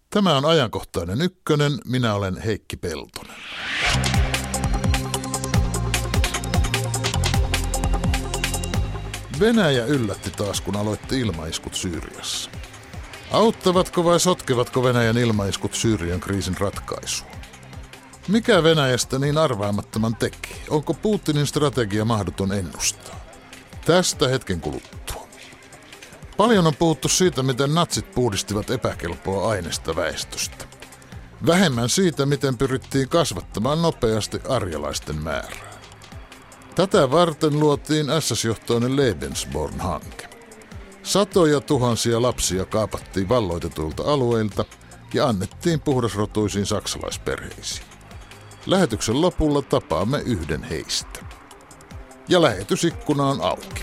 Tämä on ajankohtainen ykkönen. Minä olen Heikki Peltonen. Venäjä yllätti taas, kun aloitti ilmaiskut Syyriassa. Auttavatko vai sotkevatko Venäjän ilmaiskut Syyrian kriisin ratkaisua? Mikä Venäjästä niin arvaamattoman teki? Onko Putinin strategia mahdoton ennustaa? Tästä hetken kuluttua. Paljon on puhuttu siitä, miten natsit puhdistivat epäkelpoa aineesta väestöstä. Vähemmän siitä, miten pyrittiin kasvattamaan nopeasti arjalaisten määrää. Tätä varten luotiin SS-johtoinen Lebensborn-hanke. Satoja tuhansia lapsia kaapattiin valloitetuilta alueilta ja annettiin puhdasrotuisiin saksalaisperheisiin. Lähetyksen lopulla tapaamme yhden heistä. Ja lähetysikkuna on auki.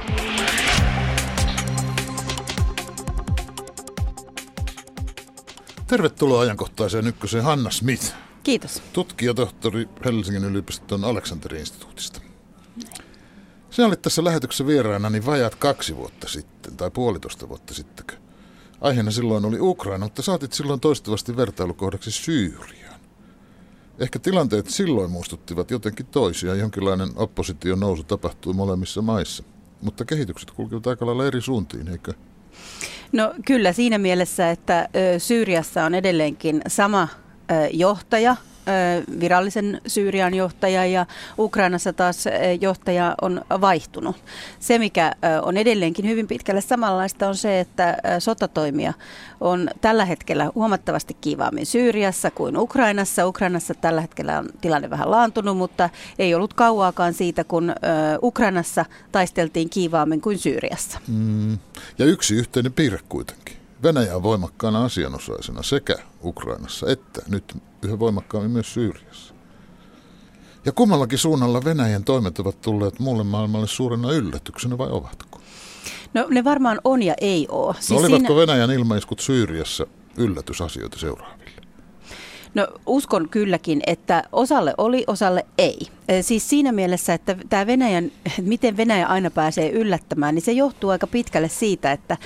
Tervetuloa ajankohtaiseen ykköseen Hanna Smith. Kiitos. Tutkijatohtori Helsingin yliopiston Aleksanteri-instituutista. Sinä olit tässä lähetyksessä vieraana niin vajaat 2 vuotta sitten, tai 1,5 vuotta sitten. Aiheena silloin oli Ukraina, mutta saatit silloin toistuvasti vertailukohdaksi Syyriaan. Ehkä tilanteet silloin muistuttivat jotenkin toisiaan. Jonkinlainen opposition nousu tapahtui molemmissa maissa. Mutta kehitykset kulkivat aika lailla eri suuntiin, eikö? No kyllä siinä mielessä, että Syyriassa on edelleenkin sama johtaja, virallisen Syyrian johtaja, ja Ukrainassa taas johtaja on vaihtunut. Se, mikä on edelleenkin hyvin pitkälle samanlaista, on se, että sotatoimia on tällä hetkellä huomattavasti kiivaammin Syyriassa kuin Ukrainassa. Ukrainassa tällä hetkellä on tilanne vähän laantunut, mutta ei ollut kauaakaan siitä, kun Ukrainassa taisteltiin kiivaammin kuin Syyriassa. Ja yksi yhteinen piirre kuitenkin. Venäjä on voimakkaana asianosaisena sekä Ukrainassa että nyt yhä voimakkaammin myös Syyriassa. Ja kummallakin suunnalla Venäjän toimet ovat tulleet muulle maailmalle suurena yllätyksenä, vai ovatko? No ne varmaan on ja ei ole. Siis olivatko Venäjän ilmaiskut Syyriassa yllätysasioita seuraaville? No uskon kylläkin, että osalle oli, osalle ei. Siis siinä mielessä, että tämä miten Venäjä aina pääsee yllättämään, niin se johtuu aika pitkälle siitä, että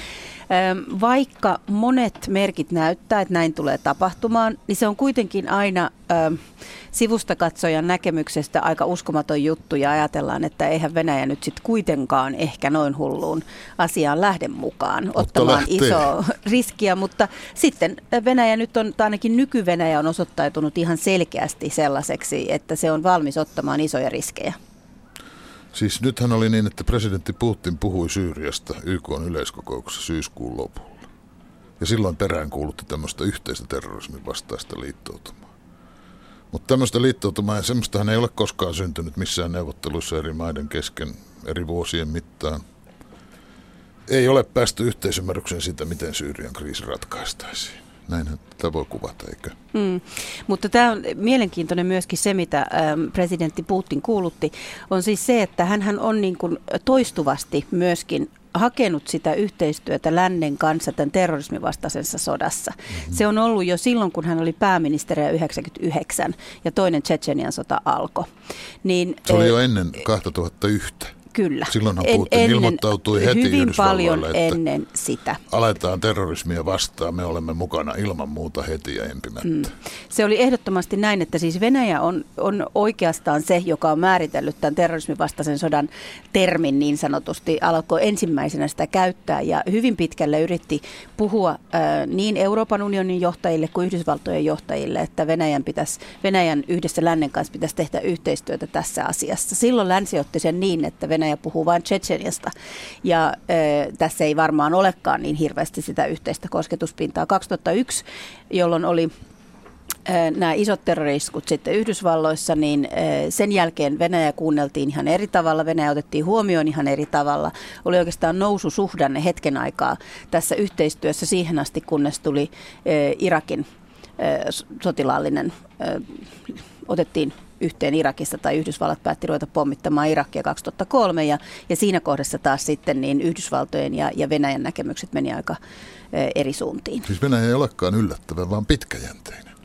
vaikka monet merkit näyttää, että näin tulee tapahtumaan, niin se on kuitenkin aina sivusta katsojan näkemyksestä aika uskomaton juttu, ja ajatellaan, että eihän Venäjä nyt sitten kuitenkaan ehkä noin hulluun asiaan lähde mukaan ottamaan isoa riskiä, mutta sitten Venäjä nyt on, tai ainakin nyky-Venäjä on osoittautunut ihan selkeästi sellaiseksi, että se on valmis ottamaan isoja riskejä. Siis nythän oli niin, että presidentti Putin puhui Syyriasta YK:n yleiskokouksessa syyskuun lopulla. Ja silloin peräänkuulutti tämmöistä yhteistä terrorismin vastaista liittoutumaa. Mutta tämmöistä liittoutumaa, ja semmoistahan ei ole koskaan syntynyt missään neuvotteluissa eri maiden kesken eri vuosien mittaan. Ei ole päästy yhteisymmärrykseen siitä, miten Syyrian kriisi ratkaistaisiin. Näinhän tätä voi kuvata, eikö? Mutta tämä on mielenkiintoinen myöskin se, mitä presidentti Putin kuulutti, on siis se, että hän on niin kuin toistuvasti myöskin hakenut sitä yhteistyötä lännen kanssa tämän terrorismin vastaisessa sodassa. Se on ollut jo silloin, kun hän oli pääministeri 1999 ja toinen Tšetšenian sota alkoi. Se oli jo ennen 2001. Kyllä. Silloinhan Putin ilmoittautui heti hyvin paljon että ennen sitä. Aletaan terrorismia vastaan, me olemme mukana ilman muuta heti ja empimättä. Se oli ehdottomasti näin, että siis Venäjä on oikeastaan se, joka on määritellyt tämän terrorismin vastaisen sodan termin niin sanotusti, alkoi ensimmäisenä sitä käyttää ja hyvin pitkälle yritti puhua niin Euroopan unionin johtajille kuin Yhdysvaltojen johtajille, että Venäjän yhdessä lännen kanssa pitäisi tehdä yhteistyötä tässä asiassa. Silloin länsi otti sen niin, että Venäjä puhuu vain Tšetšeniasta, ja tässä ei varmaan olekaan niin hirveästi sitä yhteistä kosketuspintaa. 2001, jolloin oli nämä isot terroriskut sitten Yhdysvalloissa, niin sen jälkeen Venäjä kuunneltiin ihan eri tavalla, Venäjä otettiin huomioon ihan eri tavalla. Oli oikeastaan noususuhdanne hetken aikaa tässä yhteistyössä siihen asti, kunnes tuli Irakin sotilaallinen, otettiin yhteen Irakista, tai Yhdysvallat päätti ruveta pommittamaan Irakia 2003, ja siinä kohdassa taas sitten niin Yhdysvaltojen ja Venäjän näkemykset meni aika eri suuntiin. Siis Venäjä ei olekaan yllättävä, vaan pitkäjänteinen.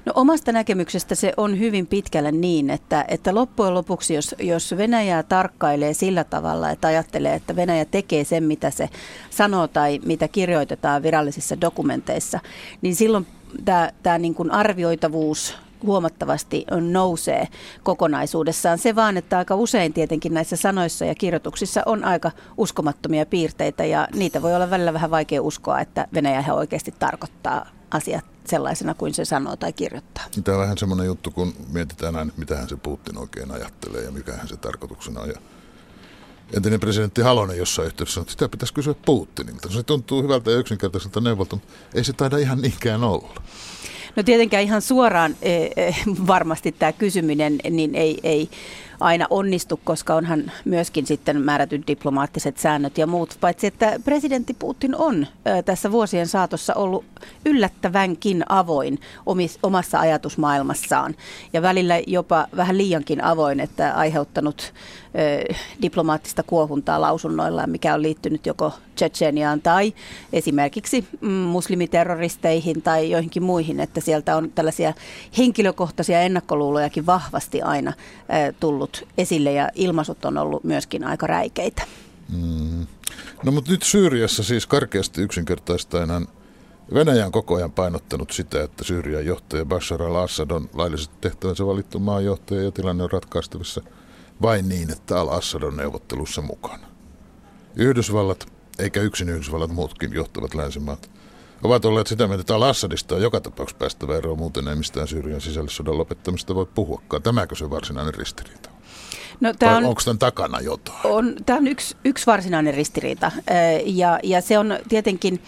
No omasta näkemyksestä se on hyvin pitkälle niin, että loppujen lopuksi, jos Venäjää tarkkailee sillä tavalla, että ajattelee, että Venäjä tekee sen, mitä se sanoo tai mitä kirjoitetaan virallisissa dokumenteissa, niin silloin tämä niin kuin arvioitavuus huomattavasti nousee kokonaisuudessaan. Se vaan, että aika usein tietenkin näissä sanoissa ja kirjoituksissa on aika uskomattomia piirteitä ja niitä voi olla välillä vähän vaikea uskoa, että Venäjä ihan oikeasti tarkoittaa asiat sellaisena kuin se sanoo tai kirjoittaa. Tämä on vähän semmoinen juttu, kun mietitään aina, mitähän se Putin oikein ajattelee ja mikähän se tarkoituksena on. Ja entinen presidentti Halonen jossain yhteydessä sanoi, että sitä pitäisi kysyä Putinilta. Se tuntuu hyvältä ja yksinkertaiselta neuvolta, mutta ei se taida ihan niinkään olla. No tietenkään ihan suoraan varmasti tämä kysyminen niin ei aina onnistu, koska onhan myöskin sitten määrätyt diplomaattiset säännöt ja muut, paitsi että presidentti Putin on tässä vuosien saatossa ollut yllättävänkin avoin omassa ajatusmaailmassaan ja välillä jopa vähän liiankin avoin, että aiheuttanut diplomaattista kuohuntaa lausunnoillaan, mikä on liittynyt joko Tšetšeniaan tai esimerkiksi muslimiterroristeihin tai joihinkin muihin, että sieltä on tällaisia henkilökohtaisia ennakkoluulojakin vahvasti aina tullut esille ja ilmaisut on ollut myöskin aika räikeitä. No mutta nyt Syyriassa siis karkeasti yksinkertaistaen Venäjä on koko ajan painottanut sitä, että Syyrian johtaja Bashar al-Assad on laillisesti tehtävänsä valittu maanjohtaja ja tilanne on ratkaistavissa vain niin, että al-Assad on neuvottelussa mukana. Yhdysvallat, eikä yksin Yhdysvallat, muutkin johtavat länsimaat, ovat olleet sitä mieltä, että al-Assadista on joka tapauksessa päästävä eroon, muuten ei mistään Syyrian sisällissodan lopettamista voi puhuakaan. Tämäkö se varsinainen ristiriita? No, onko tämän takana jotain? Tämä on yksi varsinainen ristiriita ja se on tietenkin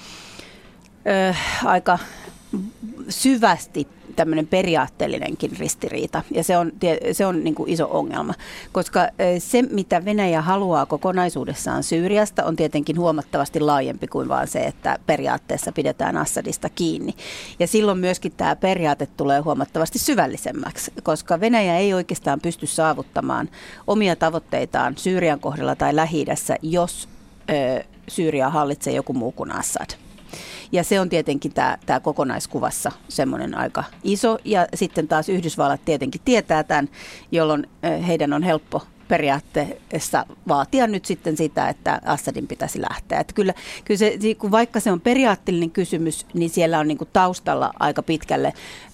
aika syvästi tämmöinen periaatteellinenkin ristiriita ja se on niin kuin iso ongelma, koska se mitä Venäjä haluaa kokonaisuudessaan Syyriasta on tietenkin huomattavasti laajempi kuin vaan se, että periaatteessa pidetään Assadista kiinni ja silloin myöskin tämä periaate tulee huomattavasti syvällisemmäksi, koska Venäjä ei oikeastaan pysty saavuttamaan omia tavoitteitaan Syyrian kohdalla tai Lähi-idässä, jos Syyria hallitsee joku muu kuin Assad. Ja se on tietenkin tämä kokonaiskuvassa semmoinen aika iso. Ja sitten taas Yhdysvallat tietenkin tietää tämän, jolloin heidän on helppo periaatteessa vaatia nyt sitten sitä, että Assadin pitäisi lähteä. Että kyllä se, vaikka se on periaatteellinen kysymys, niin siellä on niin kuin taustalla aika pitkälle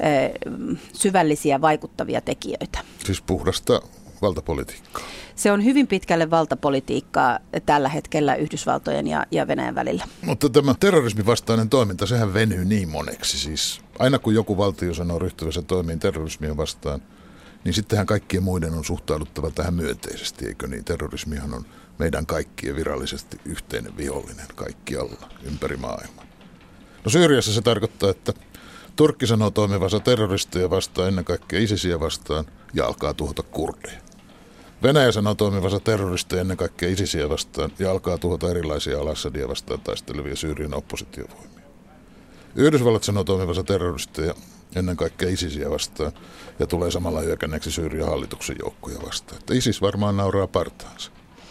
syvällisiä vaikuttavia tekijöitä. Siis puhdasta valtapolitiikkaa. Se on hyvin pitkälle valtapolitiikkaa tällä hetkellä Yhdysvaltojen ja Venäjän välillä. Mutta tämä terrorismin vastainen toiminta, sehän venyy niin moneksi. Siis aina kun joku valtio sanoo ryhtyvänsä toimiin terrorismia vastaan, niin sittenhän kaikkien muiden on suhtauduttava tähän myönteisesti, eikö niin? Terrorismihan on meidän kaikkien virallisesti yhteinen vihollinen kaikkialla ympäri maailmaa. No Syyriassa se tarkoittaa, että Turkki sanoo toimivansa terroristeja vastaan, ennen kaikkea ISISiä vastaan, ja alkaa tuhota kurdeja. Venäjä sanoo toimivansa terroristeja ennen kaikkea ISISiä vastaan ja alkaa tuhota erilaisia al-Assadia vastaan taistelevia Syyrian oppositiovoimia. Yhdysvallat sanoo toimivansa terroristeja ennen kaikkea ISISiä vastaan ja tulee samalla hyökänneeksi Syyrian hallituksen joukkoja vastaan. Että ISIS varmaan nauraa partaansa.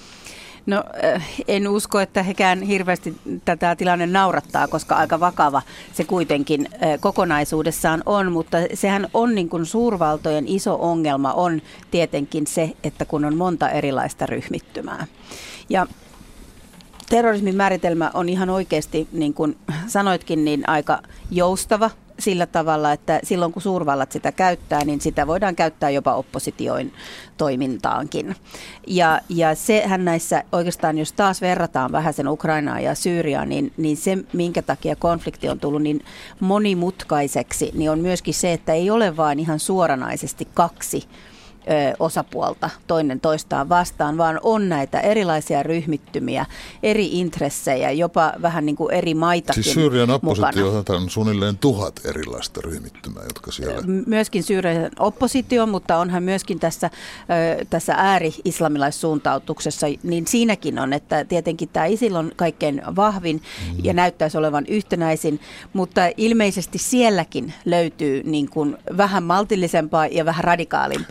No en usko, että hekään hirveästi tätä tilanne naurattaa, koska aika vakava se kuitenkin kokonaisuudessaan on, mutta sehän on niin kuin suurvaltojen iso ongelma on tietenkin se, että kun on monta erilaista ryhmittymää. Ja terrorismin määritelmä on ihan oikeasti, niin kuin sanoitkin, niin aika joustava sillä tavalla, että silloin kun suurvallat sitä käyttää, niin sitä voidaan käyttää jopa oppositioin toimintaankin. Ja sehän näissä oikeastaan, jos taas verrataan vähän sen Ukrainaa ja Syyriaa, niin se, minkä takia konflikti on tullut niin monimutkaiseksi, niin on myöskin se, että ei ole vain ihan suoranaisesti kaksi osapuolta toinen toistaan vastaan, vaan on näitä erilaisia ryhmittymiä, eri intressejä, jopa vähän niin kuin eri maitakin siis Syyrian oppositio on suunnilleen 1000 erilaista ryhmittymää, jotka siellä... Myöskin Syyrian oppositio, mutta onhan myöskin tässä ääri-islamilaissuuntautuksessa, niin siinäkin on, että tietenkin tämä ISIL on kaikkein vahvin ja näyttäisi olevan yhtenäisin, mutta ilmeisesti sielläkin löytyy niin kuin vähän maltillisempaa ja vähän radikaalimpaa.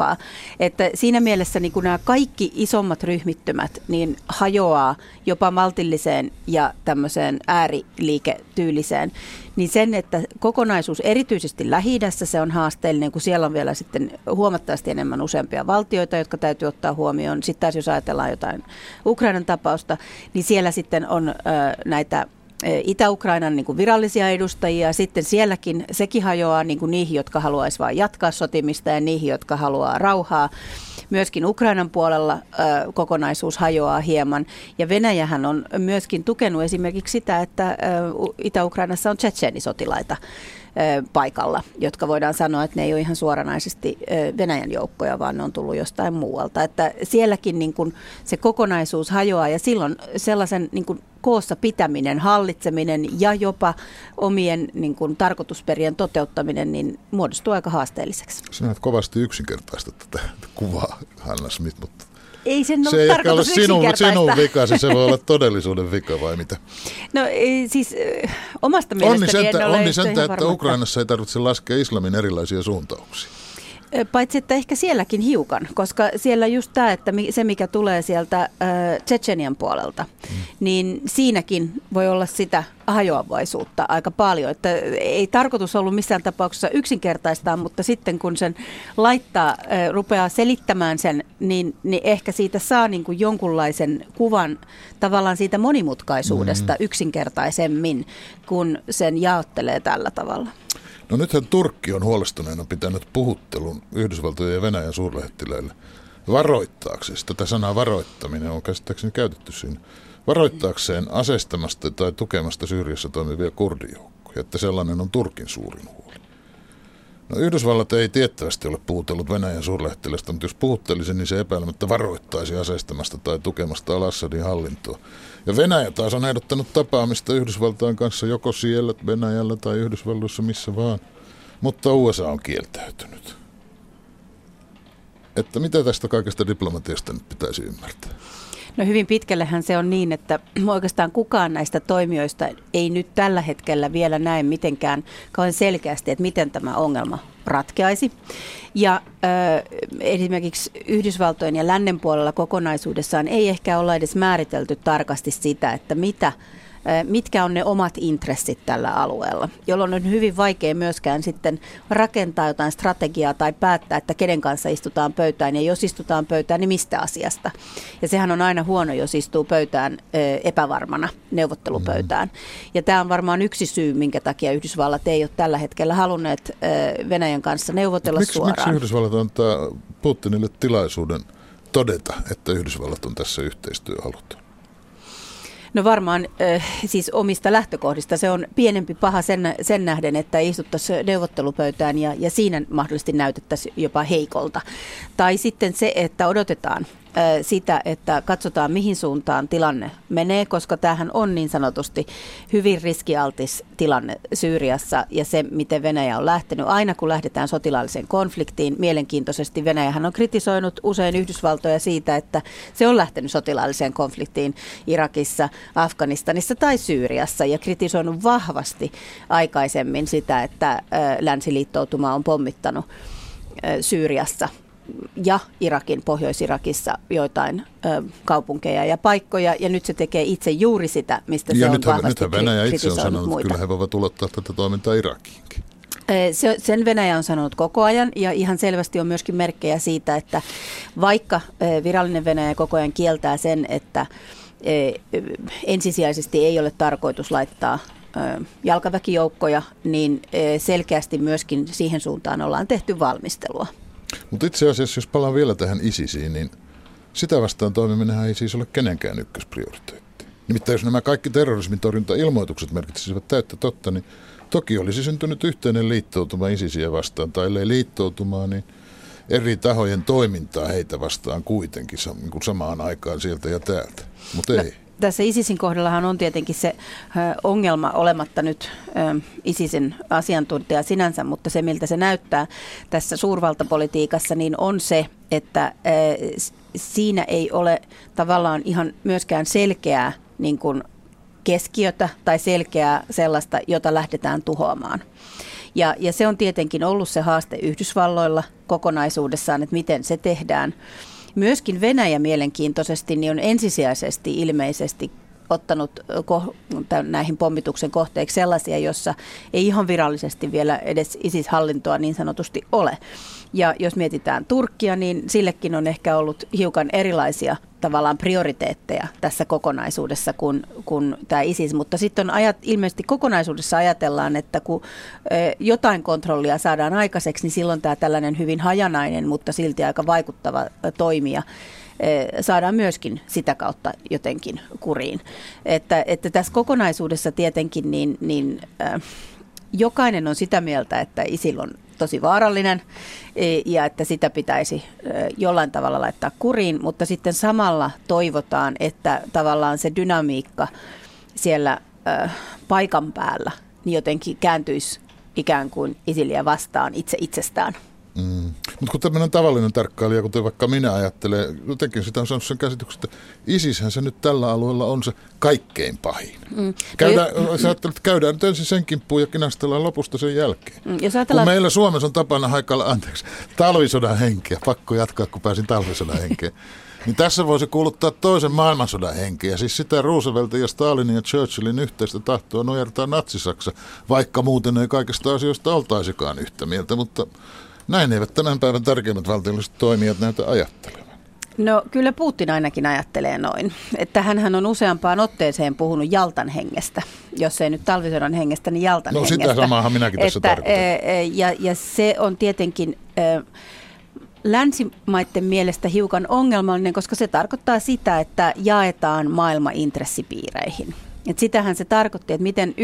Että siinä mielessä niin kun nämä kaikki isommat ryhmittymät niin hajoaa jopa maltilliseen ja tämmöiseen ääriliiketyyliseen, niin sen, että kokonaisuus erityisesti Lähi-idässä se on haasteellinen, kun siellä on vielä sitten huomattavasti enemmän useampia valtioita, jotka täytyy ottaa huomioon. Sitten taas jos ajatellaan jotain Ukrainan tapausta, niin siellä sitten on näitä Itä-Ukrainan niin kuin virallisia edustajia, sitten sielläkin sekin hajoaa niin kuin niihin, jotka haluaisivat vain jatkaa sotimista ja niihin, jotka haluaa rauhaa. Myöskin Ukrainan puolella kokonaisuus hajoaa hieman ja Venäjähän on myöskin tukenut esimerkiksi sitä, että Itä-Ukrainassa on tšetšeenisotilaita paikalla, jotka voidaan sanoa, että ne ei ole ihan suoranaisesti Venäjän joukkoja, vaan ne on tullut jostain muualta. Että sielläkin niin kuin se kokonaisuus hajoaa ja silloin sellaisen niin kuin koossa pitäminen, hallitseminen ja jopa omien niin kuin tarkoitusperien toteuttaminen niin muodostuu aika haasteelliseksi. Sinä kovasti yksinkertaista tätä kuvaa, Hanna Smith, mutta ei sen se ei ehkä ole sinun vikasi, se voi olla todellisuuden vika vai mitä? No siis omasta mielestäni en ole onni sentä, että Ukrainassa ei tarvitse laskea islamin erilaisia suuntauksia. Paitsi, että ehkä sielläkin hiukan, koska siellä just tämä, että se mikä tulee sieltä Tšetšenian puolelta, niin siinäkin voi olla sitä hajoavaisuutta aika paljon. Että ei tarkoitus ollut missään tapauksessa yksinkertaistaa, mutta sitten kun sen laittaa, rupeaa selittämään sen, niin ehkä siitä saa niin kuin jonkunlaisen kuvan tavallaan siitä monimutkaisuudesta yksinkertaisemmin, kun sen jaottelee tällä tavalla. No nythän Turkki on huolestuneena pitänyt puhuttelun Yhdysvaltojen ja Venäjän suurlähettiläille varoittaakseen. Tätä sanaa varoittaminen on käsittääkseni käytetty siinä. Varoittaakseen aseistamasta tai tukemasta Syyriassa toimivia kurdijoukkoja, että sellainen on Turkin suurin huoli. No Yhdysvallat ei tiettävästi ole puhutellut Venäjän suurlähettilästä, mutta jos puhuttelisi, niin se epäilemättä varoittaisi aseistamasta tai tukemasta al-Assadin hallintoa. Ja Venäjä taas on ehdottanut tapaamista Yhdysvaltain kanssa joko siellä, Venäjällä tai Yhdysvalloissa, missä vaan. Mutta USA on kieltäytynyt. Että mitä tästä kaikesta diplomatiasta nyt pitäisi ymmärtää? No hyvin pitkällehän se on niin, että oikeastaan kukaan näistä toimijoista ei nyt tällä hetkellä vielä näe mitenkään kauhean selkeästi, että miten tämä ongelma ratkeaisi. Ja esimerkiksi Yhdysvaltojen ja lännen puolella kokonaisuudessaan ei ehkä olla edes määritelty tarkasti sitä, että mitkä on ne omat intressit tällä alueella, jolloin on hyvin vaikea myöskään sitten rakentaa jotain strategiaa tai päättää, että kenen kanssa istutaan pöytään, ja jos istutaan pöytään, niin mistä asiasta. Ja sehän on aina huono, jos istuu pöytään epävarmana neuvottelupöytään. Ja tämä on varmaan yksi syy, minkä takia Yhdysvallat ei ole tällä hetkellä halunneet Venäjän kanssa neuvotella suoraan. Miksi Yhdysvallat antaa Putinille tilaisuuden todeta, että Yhdysvallat on tässä yhteistyöhaluton? No varmaan siis omista lähtökohdista se on pienempi paha sen nähden, että istuttaisiin neuvottelupöytään ja siinä mahdollisesti näytettäisiin jopa heikolta. Tai sitten se, että odotetaan sitä, että katsotaan mihin suuntaan tilanne menee, koska tämähän on niin sanotusti hyvin riskialtis tilanne Syyriassa ja se, miten Venäjä on lähtenyt. Aina kun lähdetään sotilaalliseen konfliktiin, mielenkiintoisesti Venäjähän on kritisoinut usein Yhdysvaltoja siitä, että se on lähtenyt sotilaalliseen konfliktiin Irakissa, Afganistanissa tai Syyriassa ja kritisoinut vahvasti aikaisemmin sitä, että länsiliittoutuma on pommittanut Syyriassa ja Irakin, Pohjois-Irakissa joitain kaupunkeja ja paikkoja, ja nyt se tekee itse juuri sitä, mistä se on vahvasti Venäjä itse on sanonut, muita. Että kyllä he voivat ulottaa tätä toimintaa Irakiinkin. Sen Venäjä on sanonut koko ajan, ja ihan selvästi on myöskin merkkejä siitä, että vaikka virallinen Venäjä koko ajan kieltää sen, että ensisijaisesti ei ole tarkoitus laittaa jalkaväkijoukkoja, niin selkeästi myöskin siihen suuntaan ollaan tehty valmistelua. Mutta itse asiassa, jos palaan vielä tähän ISISiin, niin sitä vastaan toimiminenhan ei siis ole kenenkään ykkösprioriteetti. Nimittäin jos nämä kaikki terrorismin torjuntailmoitukset merkitsisivät täyttä totta, niin toki olisi syntynyt yhteinen liittoutuma ISISiä vastaan, tai ellei liittoutumaa, niin eri tahojen toimintaa heitä vastaan kuitenkin samaan aikaan sieltä ja täältä, mutta ei. Tässä ISISin kohdallahan on tietenkin se ongelma olematta nyt ISISin asiantuntija sinänsä, mutta se miltä se näyttää tässä suurvaltapolitiikassa, niin on se, että siinä ei ole tavallaan ihan myöskään selkeää niin kuin keskiötä tai selkeää sellaista, jota lähdetään tuhoamaan. Ja se on tietenkin ollut se haaste Yhdysvalloilla kokonaisuudessaan, että miten se tehdään. Myöskin Venäjä mielenkiintoisesti niin on ensisijaisesti ilmeisesti ottanut näihin pommituksen kohteeksi sellaisia, jossa ei ihan virallisesti vielä edes ISIS-hallintoa niin sanotusti ole. Ja jos mietitään Turkkia, niin sillekin on ehkä ollut hiukan erilaisia tavallaan prioriteetteja tässä kokonaisuudessa kuin tämä ISIS. Mutta sitten on ilmeisesti kokonaisuudessa ajatellaan, että kun jotain kontrollia saadaan aikaiseksi, niin silloin tämä tällainen hyvin hajanainen, mutta silti aika vaikuttava toimija saadaan myöskin sitä kautta jotenkin kuriin. Että tässä kokonaisuudessa tietenkin jokainen on sitä mieltä, että ISIL on tosi vaarallinen ja että sitä pitäisi jollain tavalla laittaa kuriin, mutta sitten samalla toivotaan, että tavallaan se dynamiikka siellä paikan päällä niin jotenkin kääntyisi ikään kuin ISILiä vastaan itse itsestään. Mutta kun tämmöinen tavallinen tarkkailija, kuten vaikka minä ajattelen, jotenkin sitä on saanut sen käsityksen, että ISIShän se nyt tällä alueella on se kaikkein pahin. Käydään nyt ensin sen kimppuun ja kinastellaan lopusta sen jälkeen. Kun meillä Suomessa on tapana haikalla, talvisodan henkeä, pakko jatkaa kun pääsin talvisodan henkeen, niin tässä voisi kuuluttaa toisen maailmansodan henkeä, siis sitä Rooseveltin ja Stalinin ja Churchillin yhteistä tahtoa nujertaa Natsi-Saksa, vaikka muuten ei kaikista asioista oltaisikaan yhtä mieltä, mutta näin eivät tämän päivän tärkeimmät valtiolliset toimijat näytä ajattelevan. No kyllä Putin ainakin ajattelee noin. Että hänhän on useampaan otteeseen puhunut Jaltan hengestä. Jos ei nyt talvisodan hengestä, niin Jaltan hengestä. No sitä samaahan minäkin tässä tarkoitan. Ja se on tietenkin länsimaiden mielestä hiukan ongelmallinen, koska se tarkoittaa sitä, että jaetaan maailma intressipiireihin. Et sitähän se tarkoitti, että miten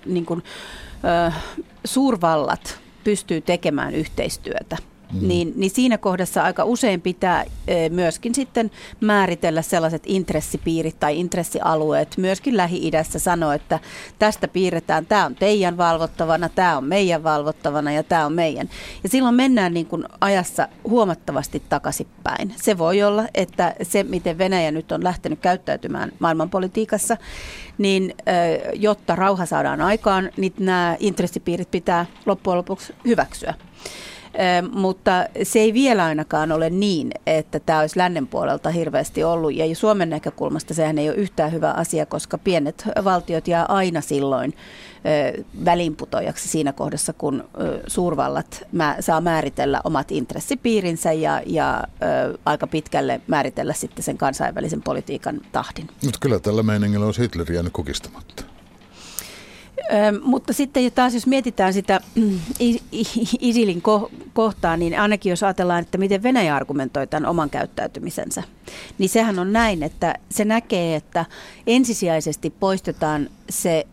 suurvallat pystyy tekemään yhteistyötä. Niin siinä kohdassa aika usein pitää myöskin sitten määritellä sellaiset intressipiirit tai intressialueet. Myöskin Lähi-idässä sanoa, että tästä piirretään, tämä on teidän valvottavana, tämä on meidän valvottavana ja tämä on meidän. Ja silloin mennään niin kuin ajassa huomattavasti takaisinpäin. Se voi olla, että se miten Venäjä nyt on lähtenyt käyttäytymään maailmanpolitiikassa, niin jotta rauha saadaan aikaan, niin nämä intressipiirit pitää loppujen lopuksi hyväksyä. Mutta se ei vielä ainakaan ole niin, että tämä olisi lännen puolelta hirveästi ollut. Ja Suomen näkökulmasta sehän ei ole yhtään hyvä asia, koska pienet valtiot jää aina silloin väliinputojaksi siinä kohdassa, kun suurvallat saa määritellä omat intressipiirinsä ja aika pitkälle määritellä sitten sen kansainvälisen politiikan tahdin. Mutta kyllä tällä meiningillä olisi Hitler jäänyt kukistamatta. Mutta sitten taas jos mietitään sitä ISILin kohtaa, niin ainakin jos ajatellaan, että miten Venäjä argumentoi tämän oman käyttäytymisensä, niin sehän on näin, että se näkee, että ensisijaisesti poistetaan se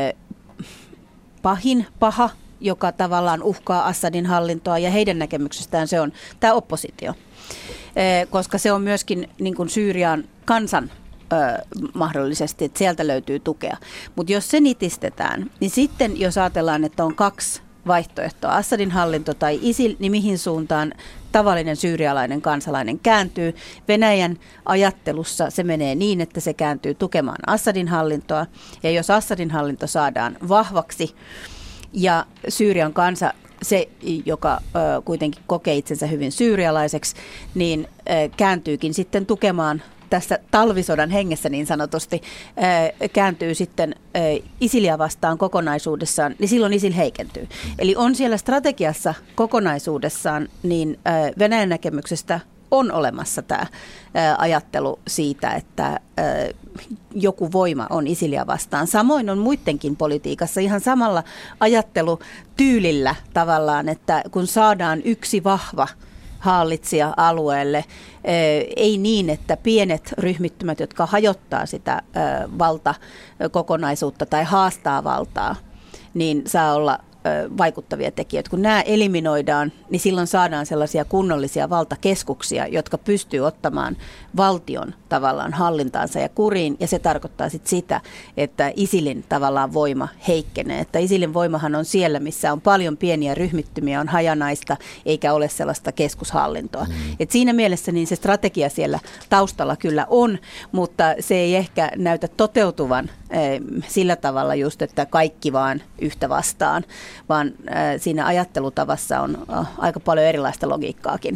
paha, joka tavallaan uhkaa Assadin hallintoa, ja heidän näkemyksestään se on tämä oppositio, koska se on myöskin niin kuin Syyrian kansan mahdollisesti, että sieltä löytyy tukea. Mutta jos se nitistetään, niin sitten jos ajatellaan, että on kaksi vaihtoehtoa, Assadin hallinto tai ISIL, niin mihin suuntaan tavallinen syyrialainen kansalainen kääntyy. Venäjän ajattelussa se menee niin, että se kääntyy tukemaan Assadin hallintoa, ja jos Assadin hallinto saadaan vahvaksi ja Syyrian kansa, se, joka kuitenkin kokee itsensä hyvin syyrialaiseksi, niin kääntyykin sitten tukemaan tässä talvisodan hengessä niin sanotusti kääntyy sitten ISILiä vastaan kokonaisuudessaan, niin silloin ISIL heikentyy. Eli on siellä strategiassa kokonaisuudessaan, niin Venäjän näkemyksestä on olemassa tämä ajattelu siitä, että joku voima on ISILiä vastaan. Samoin on muidenkin politiikassa ihan samalla ajattelutyylillä tavallaan, että kun saadaan yksi vahva hallitsija alueelle, ei niin, että pienet ryhmittymät, jotka hajottaa sitä valtakokonaisuutta tai haastaa valtaa, niin saa olla vaikuttavia tekijöitä. Kun nämä eliminoidaan, niin silloin saadaan sellaisia kunnollisia valtakeskuksia, jotka pystyy ottamaan valtion tavallaan hallintaansa ja kuriin, ja se tarkoittaa sitten sitä, että ISILin tavallaan voima heikkenee. Että ISILin voimahan on siellä, missä on paljon pieniä ryhmittymiä, on hajanaista, eikä ole sellaista keskushallintoa. Et siinä mielessä niin se strategia siellä taustalla kyllä on, mutta se ei ehkä näytä toteutuvan sillä tavalla just, että kaikki vaan yhtä vastaan. vaan siinä ajattelutavassa on aika paljon erilaista logiikkaakin.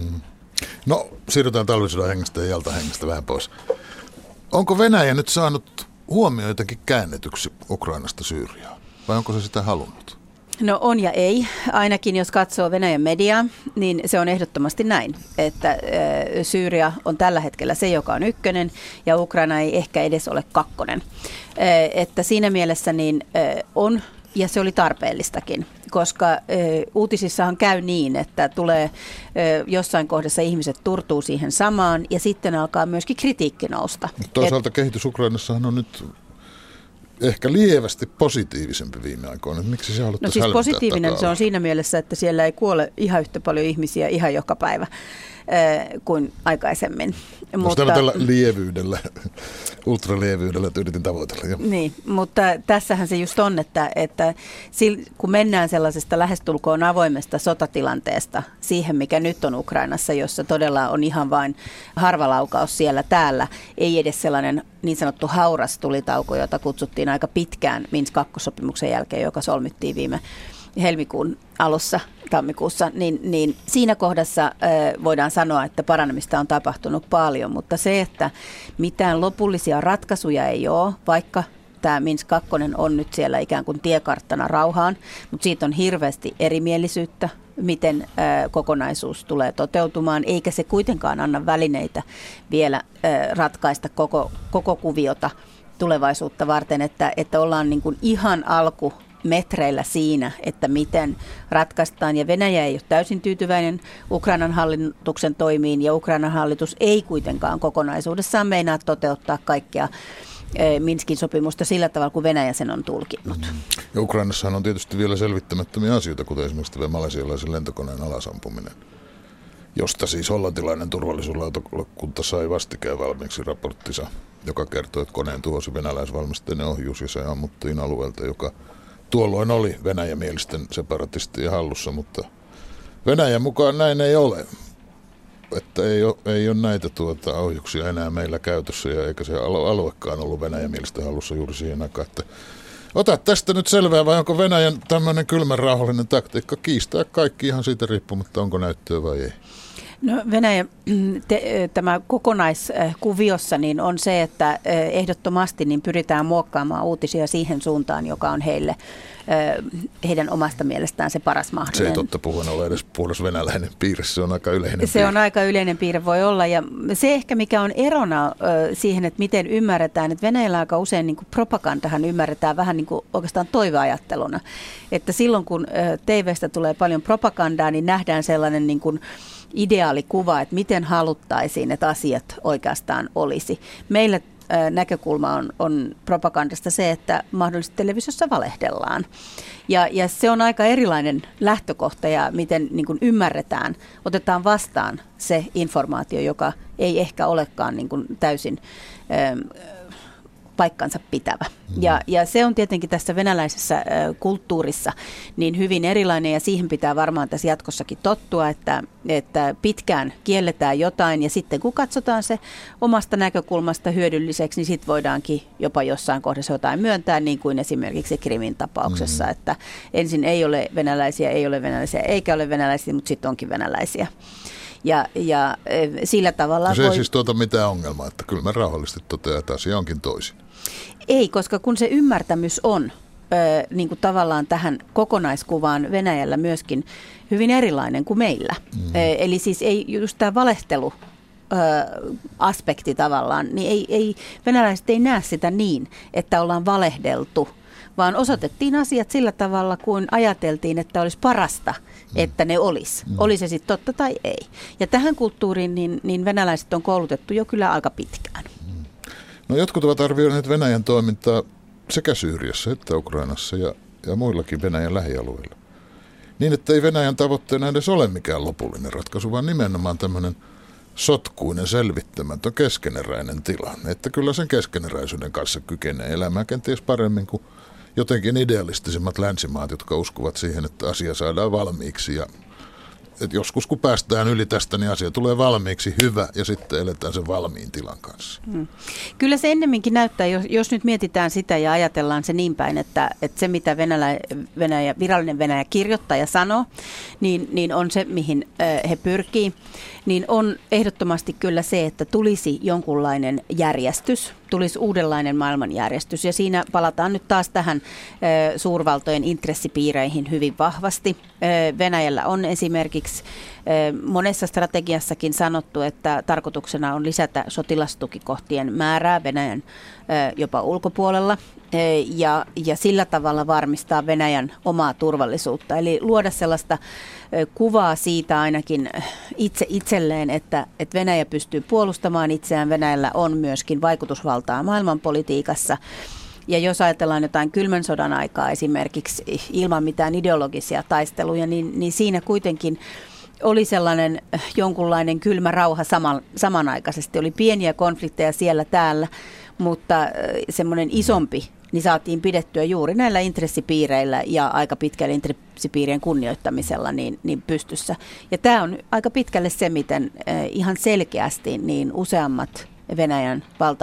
No, siirrytään talvisodan hengestä ja jaltahengestä vähän pois. Onko Venäjä nyt saanut huomioon jotenkin käännetyksi Ukrainasta Syyriaan, vai onko se sitä halunnut? No on ja ei. Ainakin jos katsoo Venäjän mediaa, niin se on ehdottomasti näin, että Syyria on tällä hetkellä se, joka on ykkönen, ja Ukraina ei ehkä edes ole kakkonen. Että siinä mielessä niin on, ja se oli tarpeellistakin, koska uutisissahan käy niin, että tulee jossain kohdassa ihmiset turtuu siihen samaan, ja sitten alkaa myöskin kritiikki nousta. Toisaalta kehitys Ukrainassahan on nyt ehkä lievästi positiivisempi viime aikoina. Miksi se haluttaisiin siis positiivinen se on siinä mielessä, että siellä ei kuole ihan yhtä paljon ihmisiä ihan joka päivä kuin aikaisemmin. Mutta tällä lievyydellä, ultralievyydellä yritin tavoitella. Jo. Niin, mutta tässähän se just on, että kun mennään sellaisesta lähestulkoon avoimesta sotatilanteesta siihen, mikä nyt on Ukrainassa, jossa todella on ihan vain harvalaukaus siellä täällä, ei edes sellainen niin sanottu hauras tulitauko, jota kutsuttiin aika pitkään Minsk 2-sopimuksen jälkeen, joka solmittiin viime helmikuun alussa, tammikuussa, niin siinä kohdassa voidaan sanoa, että paranemista on tapahtunut paljon, mutta se, että mitään lopullisia ratkaisuja ei ole, vaikka tämä Minsk 2 on nyt siellä ikään kuin tiekarttana rauhaan, mutta siitä on hirveästi erimielisyyttä, miten kokonaisuus tulee toteutumaan, eikä se kuitenkaan anna välineitä vielä ratkaista koko kuviota tulevaisuutta varten, että ollaan niin kuin ihan alkumetreillä siinä, että miten ratkaistaan. Ja Venäjä ei ole täysin tyytyväinen Ukrainan hallituksen toimiin, ja Ukrainan hallitus ei kuitenkaan kokonaisuudessaan meinaa toteuttaa kaikkea Minskin sopimusta sillä tavalla, kuin Venäjä sen on tulkinnut. Ja Ukrainassahan on tietysti vielä selvittämättömiä asioita, kuten esimerkiksi malesialaisen lentokoneen alasampuminen, josta siis hollantilainen turvallisuuslautakunta sai vastikään valmiiksi raporttinsa, joka kertoo, että koneen tuhosi venäläisvalmisteinen ohjus, ja se ammuttiin alueelta, joka tuolloin oli venäjämielisten separatistien hallussa, mutta Venäjän mukaan näin ei ole. Että ei ole näitä ohjuksia enää meillä käytössä, ja eikä se aluekaan ollut venäjämielisten hallussa juuri siihen aikaan. Että ota tästä nyt selvää, vai onko Venäjän tämmöinen kylmän rauhallinen taktiikka kiistää kaikki ihan siitä riippumatta, onko näyttöä vai ei? No Venäjän tämä kokonaiskuviossa niin on se, että ehdottomasti niin pyritään muokkaamaan uutisia siihen suuntaan, joka on heidän omasta mielestään se paras mahdollinen. Se ei totta puhuen ole edes puolos venäläinen piirre, se on aika yleinen piirre. Se on aika yleinen piirre voi olla, ja se ehkä mikä on erona siihen, että miten ymmärretään, että Venäjällä aika usein niin kuin propagandahan ymmärretään vähän niin kuin oikeastaan toiveajatteluna, että silloin kun TV:stä tulee paljon propagandaa, niin nähdään sellainen niin kuin ideaalikuva, että miten haluttaisiin, että asiat oikeastaan olisi. Meillä näkökulma on propagandasta se, että mahdollisesti televisiossa valehdellaan. Ja se on aika erilainen lähtökohta, ja miten niin kuin ymmärretään, otetaan vastaan se informaatio, joka ei ehkä olekaan niin kuin täysin paikkansa pitävä. Ja se on tietenkin tässä venäläisessä kulttuurissa niin hyvin erilainen, ja siihen pitää varmaan tässä jatkossakin tottua, että pitkään kielletään jotain, ja sitten kun katsotaan se omasta näkökulmasta hyödylliseksi, niin sitten voidaankin jopa jossain kohdassa jotain myöntää, niin kuin esimerkiksi Krimin tapauksessa, että ensin ei ole venäläisiä, eikä ole venäläisiä, mutta sitten onkin venäläisiä. Ja sillä tavalla se ei siis mitään ongelmaa, että kyllä mä rauhallisesti totean, että asia onkin toisin. Ei, koska kun se ymmärtämys on niin kuin tavallaan tähän kokonaiskuvaan Venäjällä myöskin hyvin erilainen kuin meillä. Eli siis ei just tämä valehtelu aspekti tavallaan, niin venäläiset ei näe sitä niin, että ollaan valehdeltu, vaan osoitettiin asiat sillä tavalla, kuin ajateltiin, että olisi parasta, että ne olisi. Oli se sitten totta tai ei. Ja tähän kulttuuriin niin venäläiset on koulutettu jo kyllä aika pitkään. No jotkut ovat arvioineet Venäjän toimintaa sekä Syyriassa että Ukrainassa ja muillakin Venäjän lähialueilla. Niin, että ei Venäjän tavoitteena edes ole mikään lopullinen ratkaisu, vaan nimenomaan tämmöinen sotkuinen, selvittämätön, keskeneräinen tilanne. Että kyllä sen keskeneräisyyden kanssa kykenee elämään kenties paremmin kuin jotenkin idealistisemmat länsimaat, jotka uskovat siihen, että asia saadaan valmiiksi ja että joskus kun päästään yli tästä, niin asia tulee valmiiksi hyvä ja sitten eletään sen valmiin tilan kanssa. Kyllä se ennemminkin näyttää, jos nyt mietitään sitä ja ajatellaan se niin päin, että se mitä virallinen Venäjä kirjoittaa ja sanoo, niin on se, mihin he pyrkii, niin on ehdottomasti kyllä se, että tulisi jonkunlainen järjestys, tulisi uudenlainen maailmanjärjestys. Ja siinä palataan nyt taas tähän suurvaltojen intressipiireihin hyvin vahvasti. Venäjällä on esimerkiksi monessa strategiassakin sanottu, että tarkoituksena on lisätä sotilastukikohtien määrää Venäjän jopa ulkopuolella ja sillä tavalla varmistaa Venäjän omaa turvallisuutta. Eli luoda sellaista kuvaa siitä ainakin itselleen, että Venäjä pystyy puolustamaan itseään. Venäjällä on myöskin vaikutusvaltaa maailmanpolitiikassa. Ja jos ajatellaan jotain kylmän sodan aikaa esimerkiksi ilman mitään ideologisia taisteluja, niin siinä kuitenkin oli sellainen jonkunlainen kylmä rauha samanaikaisesti. Oli pieniä konflikteja siellä täällä, mutta semmoinen isompi niin saatiin pidettyä juuri näillä intressipiireillä ja aika pitkällä intressipiirien kunnioittamisella niin pystyssä. Ja tämä on aika pitkälle se, miten ihan selkeästi niin useammat Venäjän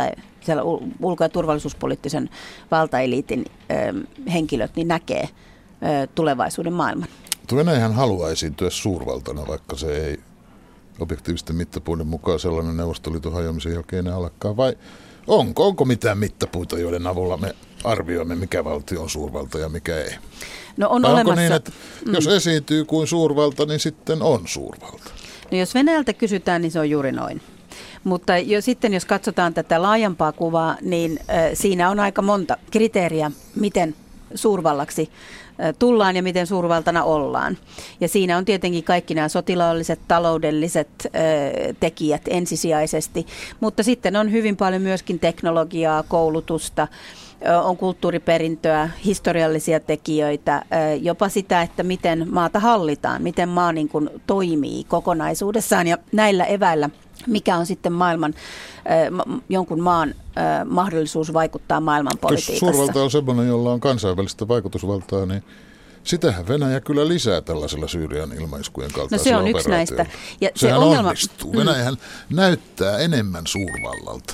ulko- ja turvallisuuspoliittisen valtaeliitin henkilöt niin näkee tulevaisuuden maailman. Venäjähän haluaa esiintyä suurvaltana, vaikka se ei objektiivisten mittapuiden mukaan sellainen Neuvostoliiton hajoamisen jälkeen olekaan. Vai onko mitään mittapuita, joiden avulla me arvioimme, mikä valtio on suurvalta ja mikä ei? No on vai olemassa. Onko niin, että jos esiintyy kuin suurvalta, niin sitten on suurvalta? No jos Venäjältä kysytään, niin se on juuri noin. Mutta sitten jos katsotaan tätä laajempaa kuvaa, niin siinä on aika monta kriteeriä, miten suurvallaksi tullaan ja miten suurvaltana ollaan. Ja siinä on tietenkin kaikki nämä sotilaalliset, taloudelliset tekijät ensisijaisesti, mutta sitten on hyvin paljon myöskin teknologiaa, koulutusta, on kulttuuriperintöä, historiallisia tekijöitä, jopa sitä, että miten maata hallitaan, miten maa niin kuin toimii kokonaisuudessaan ja näillä eväillä, mikä on sitten jonkun maan mahdollisuus vaikuttaa maailmanpolitiikassa. Jos suurvalta on sellainen, jolla on kansainvälistä vaikutusvaltaa, niin sitähän Venäjä kyllä lisää tällaisella Syyrian ilmaiskujen kaltaisella operaatiolla. No se on yksi näistä. Ja sehän onnistuu. Venäjähän näyttää enemmän suurvallalta.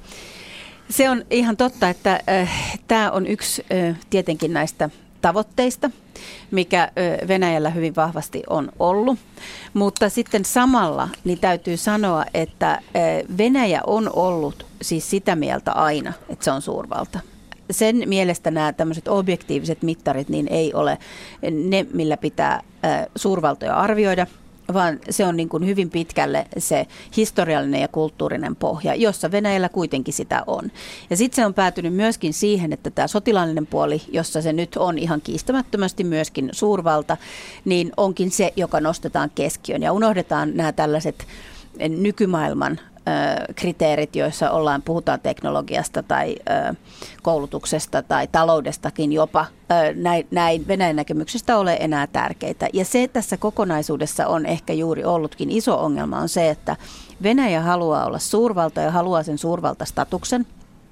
Se on ihan totta, että tämä on yksi tietenkin näistä tavoitteista, mikä Venäjällä hyvin vahvasti on ollut. Mutta sitten samalla niin täytyy sanoa, että Venäjä on ollut siis sitä mieltä aina, että se on suurvalta. Sen mielestä nämä tämmöiset objektiiviset mittarit niin ei ole ne, millä pitää suurvaltoja arvioida, vaan se on niin kuin hyvin pitkälle se historiallinen ja kulttuurinen pohja, jossa Venäjällä kuitenkin sitä on. Ja sitten se on päätynyt myöskin siihen, että tämä sotilaallinen puoli, jossa se nyt on ihan kiistämättömästi myöskin suurvalta, niin onkin se, joka nostetaan keskiöön. Ja unohdetaan nämä tällaiset nykymaailman kriteerit, joissa puhutaan teknologiasta tai koulutuksesta tai taloudestakin jopa. Näin Venäjän näkemyksestä ole enää tärkeitä. Ja se tässä kokonaisuudessa on ehkä juuri ollutkin iso ongelma on se, että Venäjä haluaa olla suurvalta ja haluaa sen suurvaltastatuksen.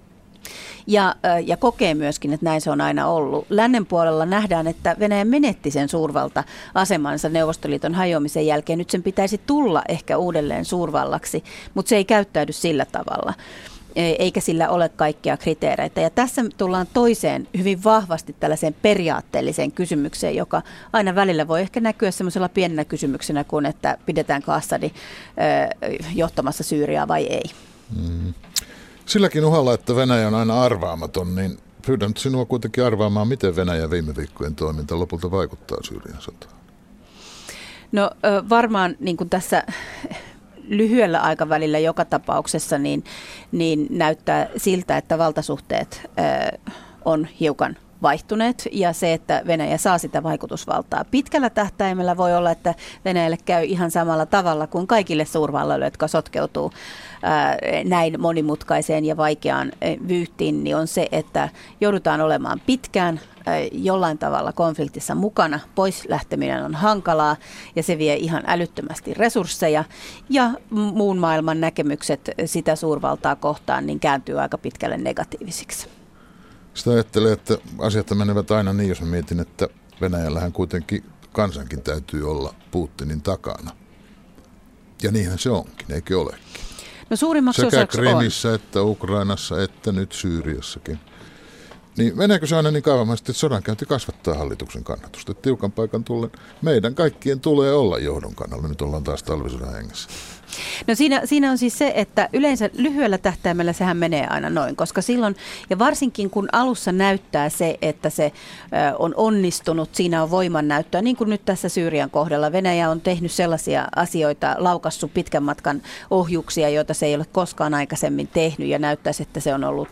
Ja kokee myöskin, että näin se on aina ollut. Lännen puolella nähdään, että Venäjä menetti sen suurvalta-asemansa Neuvostoliiton hajoamisen jälkeen. Nyt sen pitäisi tulla ehkä uudelleen suurvallaksi, mutta se ei käyttäydy sillä tavalla, eikä sillä ole kaikkia kriteereitä. Ja tässä tullaan toiseen hyvin vahvasti tällaiseen periaatteelliseen kysymykseen, joka aina välillä voi ehkä näkyä semmoisella pienenä kysymyksenä kuin, että pidetäänkö Assadi johtamassa Syyriaa vai ei. Silläkin uhalla, että Venäjä on aina arvaamaton, niin pyydän sinua kuitenkin arvaamaan, miten Venäjän viime viikkojen toiminta lopulta vaikuttaa Syyrian sotaan. No varmaan niin kuin tässä lyhyellä aikavälillä joka tapauksessa niin näyttää siltä, että valtasuhteet on hiukan vaihtuneet ja se, että Venäjä saa sitä vaikutusvaltaa. Pitkällä tähtäimellä voi olla, että Venäjälle käy ihan samalla tavalla kuin kaikille suurvalloille, jotka sotkeutuu näin monimutkaiseen ja vaikeaan vyyhtiin, niin on se, että joudutaan olemaan pitkään jollain tavalla konfliktissa mukana. Pois lähteminen on hankalaa ja se vie ihan älyttömästi resursseja ja muun maailman näkemykset sitä suurvaltaa kohtaan niin kääntyy aika pitkälle negatiivisiksi. Sitä ajattelee, että asiat menevät aina niin, jos mä mietin, että Venäjällähän kuitenkin kansankin täytyy olla Putinin takana. Ja niinhän se onkin, eikö olekin? No suurimmaksi sekä osaksi Krimissä että Ukrainassa että nyt Syyriassakin. Niin meneekö se aina niin kaavamaisesti, että sodankäynti kasvattaa hallituksen kannatusta? Että tiukan paikan tullen meidän kaikkien tulee olla johdon kannalla. Nyt ollaan taas talvisodan hengessä. No siinä on siis se, että yleensä lyhyellä tähtäimellä sehän menee aina noin, koska silloin, ja varsinkin kun alussa näyttää se, että se on onnistunut, siinä on voimannäyttöä, niin kuin nyt tässä Syyrian kohdalla. Venäjä on tehnyt sellaisia asioita, laukassut pitkän matkan ohjuksia, joita se ei ole koskaan aikaisemmin tehnyt, ja näyttäisi, että se on ollut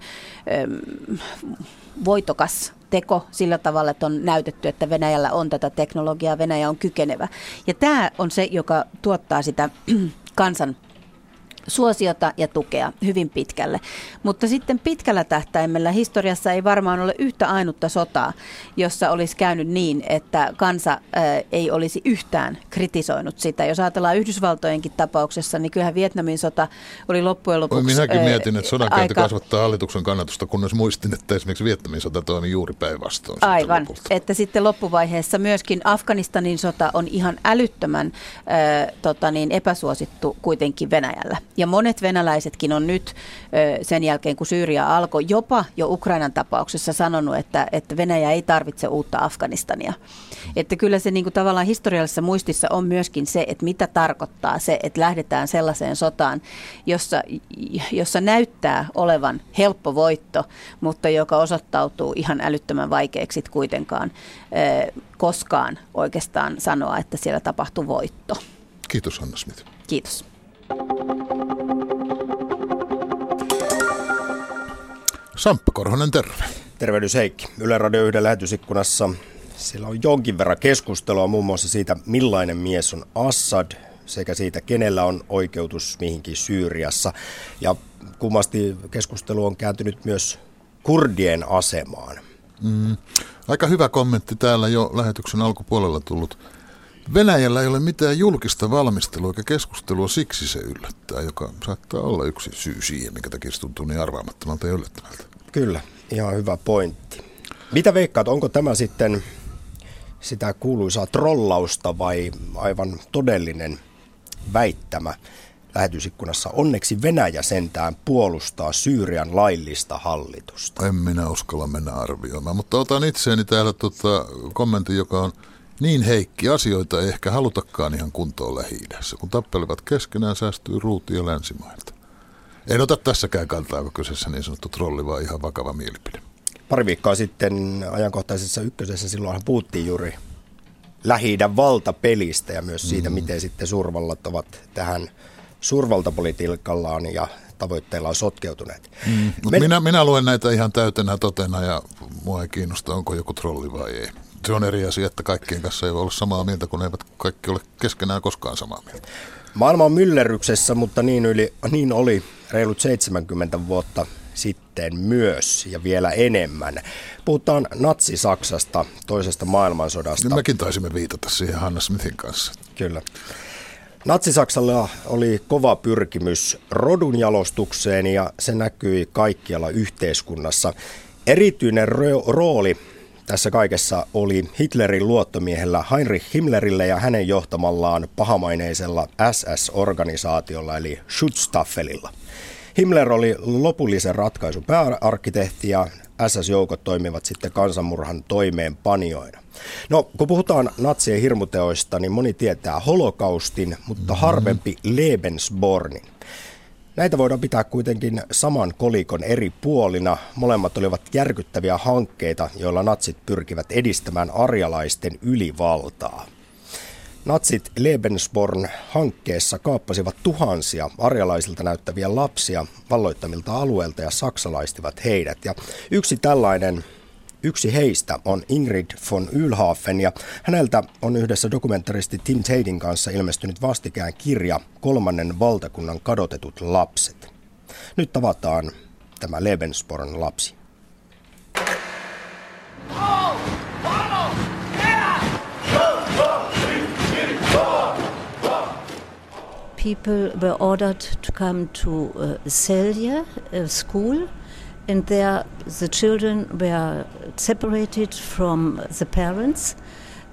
voitokas teko sillä tavalla, että on näytetty, että Venäjällä on tätä teknologiaa, Venäjä on kykenevä. Ja tämä on se, joka tuottaa sitä kansan suosiota ja tukea hyvin pitkälle. Mutta sitten pitkällä tähtäimellä historiassa ei varmaan ole yhtä ainutta sotaa, jossa olisi käynyt niin, että kansa ei olisi yhtään kritisoinut sitä. Jos ajatellaan Yhdysvaltojenkin tapauksessa, niin kyllähän Vietnamin sota oli loppujen lopuksi minäkin mietin, että sodankäynti kasvattaa hallituksen kannatusta, kunnes muistin, että esimerkiksi Vietnamin sota toimi juuri päinvastoin. Aivan, että sitten loppuvaiheessa myöskin Afganistanin sota on ihan älyttömän epäsuosittu kuitenkin Venäjällä. Ja monet venäläisetkin on nyt sen jälkeen, kun Syyria alkoi, jopa jo Ukrainan tapauksessa sanonut, että Venäjä ei tarvitse uutta Afganistania. Että kyllä se niin kuin tavallaan historiallisessa muistissa on myöskin se, että mitä tarkoittaa se, että lähdetään sellaiseen sotaan, jossa näyttää olevan helppo voitto, mutta joka osoittautuu ihan älyttömän vaikeaksi kuitenkaan koskaan oikeastaan sanoa, että siellä tapahtuu voitto. Kiitos Hanna Smith. Kiitos. Samppa Korhonen, terve. Tervehdys Heikki. Yle Radio 1 lähetysikkunassa. Siellä on jonkin verran keskustelua muun muassa siitä, millainen mies on Assad, sekä siitä, kenellä on oikeutus mihinkin Syyriassa. Ja kummasti keskustelu on kääntynyt myös kurdien asemaan. Aika hyvä kommentti täällä jo lähetyksen alkupuolella tullut. Venäjällä ei ole mitään julkista valmistelua eikä keskustelua, siksi se yllättää, joka saattaa olla yksi syy siihen, minkä takia se tuntuu niin arvaamattomalta ja yllättävältä. Kyllä, ihan hyvä pointti. Mitä veikkaat, onko tämä sitten sitä kuuluisaa trollausta vai aivan todellinen väittämä lähetysikkunassa? Onneksi Venäjä sentään puolustaa Syyrian laillista hallitusta. En minä uskalla mennä arvioimaan, mutta otan itseäni täällä kommentin, joka on niin heikki. Asioita ei ehkä halutakaan ihan kuntoon Lähi-idässä. Kun tappelevat keskenään, säästyy ruuti ja länsimailta. En ota tässäkään kantaa, onko kyseessä niin sanottu trolli, vaan ihan vakava mielipide. Pari viikkoa sitten ajankohtaisessa Ykkösessä silloinhan puhuttiin juuri Lähi-idän valtapelistä ja myös siitä, miten sitten suurvallat ovat tähän suurvaltapolitiikallaan ja tavoitteillaan sotkeutuneet. Minä luen näitä ihan täytenä totena ja mua ei kiinnosta, onko joku trolli vai ei. Se on eri asia, että kaikkien kanssa ei voi olla samaa mieltä, kun eivät kaikki ole keskenään koskaan samaa mieltä. Maailma on myllerryksessä, mutta niin oli reilut 70 vuotta sitten myös ja vielä enemmän. Puhutaan Natsi-Saksasta, toisesta maailmansodasta. Niin mekin taisimme viitata siihen Hanna Smithin kanssa. Kyllä. Natsi-Saksalla oli kova pyrkimys rodunjalostukseen ja se näkyi kaikkialla yhteiskunnassa. Erityinen rooli tässä kaikessa oli Hitlerin luottomiehellä Heinrich Himmlerille ja hänen johtamallaan pahamaineisella SS-organisaatiolla eli Schutzstaffelilla. Himmler oli lopullisen ratkaisun pääarkkitehti ja SS-joukot toimivat sitten kansanmurhan toimeenpanijoina. No, kun puhutaan natsien hirmuteoista, niin moni tietää holokaustin, mutta harvempi Lebensbornin. Näitä voidaan pitää kuitenkin saman kolikon eri puolina. Molemmat olivat järkyttäviä hankkeita, joilla natsit pyrkivät edistämään arjalaisten ylivaltaa. Natsit Lebensborn-hankkeessa kaappasivat tuhansia arjalaisilta näyttäviä lapsia valloittamilta alueilta ja saksalaistivat heidät. Ja yksi heistä on Ingrid von Oelhafen ja häneltä on yhdessä dokumentaristi Tim Tadin kanssa ilmestynyt vastikään kirja Kolmannen valtakunnan kadotetut lapset. Nyt tavataan tämä Lebensborn lapsi. People were ordered to come to Celje school, and there the children were separated from the parents,